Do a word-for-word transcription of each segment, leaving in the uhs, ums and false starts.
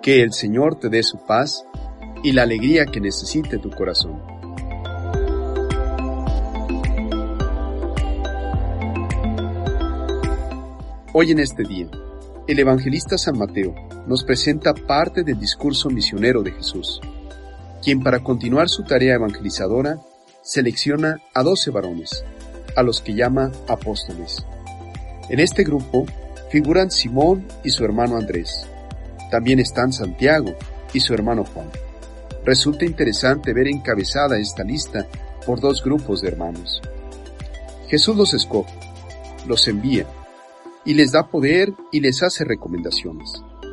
Que el Señor te dé su paz y la alegría que necesite tu corazón. Hoy en este día, el evangelista San Mateo nos presenta parte del discurso misionero de Jesús, quien para continuar su tarea evangelizadora selecciona a doce varones, a los que llama apóstoles. En este grupo figuran Simón y su hermano Andrés. También están Santiago y su hermano Juan. Resulta interesante ver encabezada esta lista por dos grupos de hermanos. Jesús los escoge, los envía, y les da poder y les hace recomendaciones.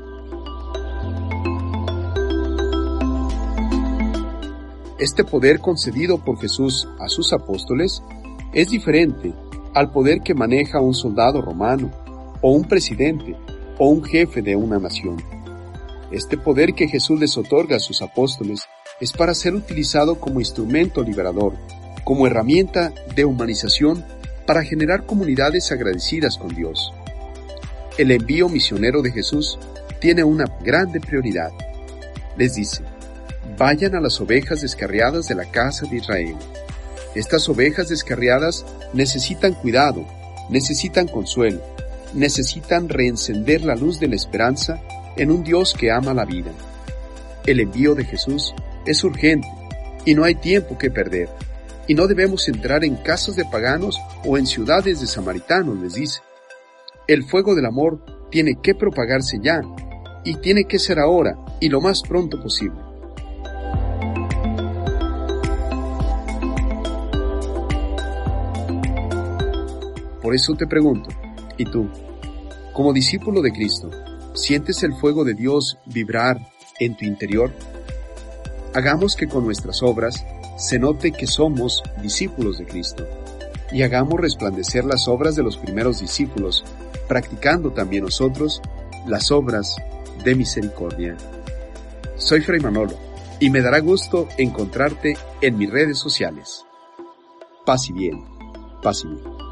Este poder concedido por Jesús a sus apóstoles es diferente al poder que maneja un soldado romano, o un presidente, o un jefe de una nación. Este poder que Jesús les otorga a sus apóstoles es para ser utilizado como instrumento liberador, como herramienta de humanización para generar comunidades agradecidas con Dios. El envío misionero de Jesús tiene una grande prioridad. Les dice: vayan a las ovejas descarriadas de la casa de Israel. Estas ovejas descarriadas necesitan cuidado, necesitan consuelo, necesitan reencender la luz de la esperanza en un Dios que ama la vida. El envío de Jesús es urgente y no hay tiempo que perder. Y no debemos entrar en casas de paganos o en ciudades de samaritanos, les dice. El fuego del amor tiene que propagarse ya, y tiene que ser ahora y lo más pronto posible. Por eso te pregunto, ¿y tú, como discípulo de Cristo, sientes el fuego de Dios vibrar en tu interior? Hagamos que con nuestras obras se note que somos discípulos de Cristo, y hagamos resplandecer las obras de los primeros discípulos, practicando también nosotros las obras de misericordia. Soy Fray Manolo, y me dará gusto encontrarte en mis redes sociales. Paz y bien, paz y bien.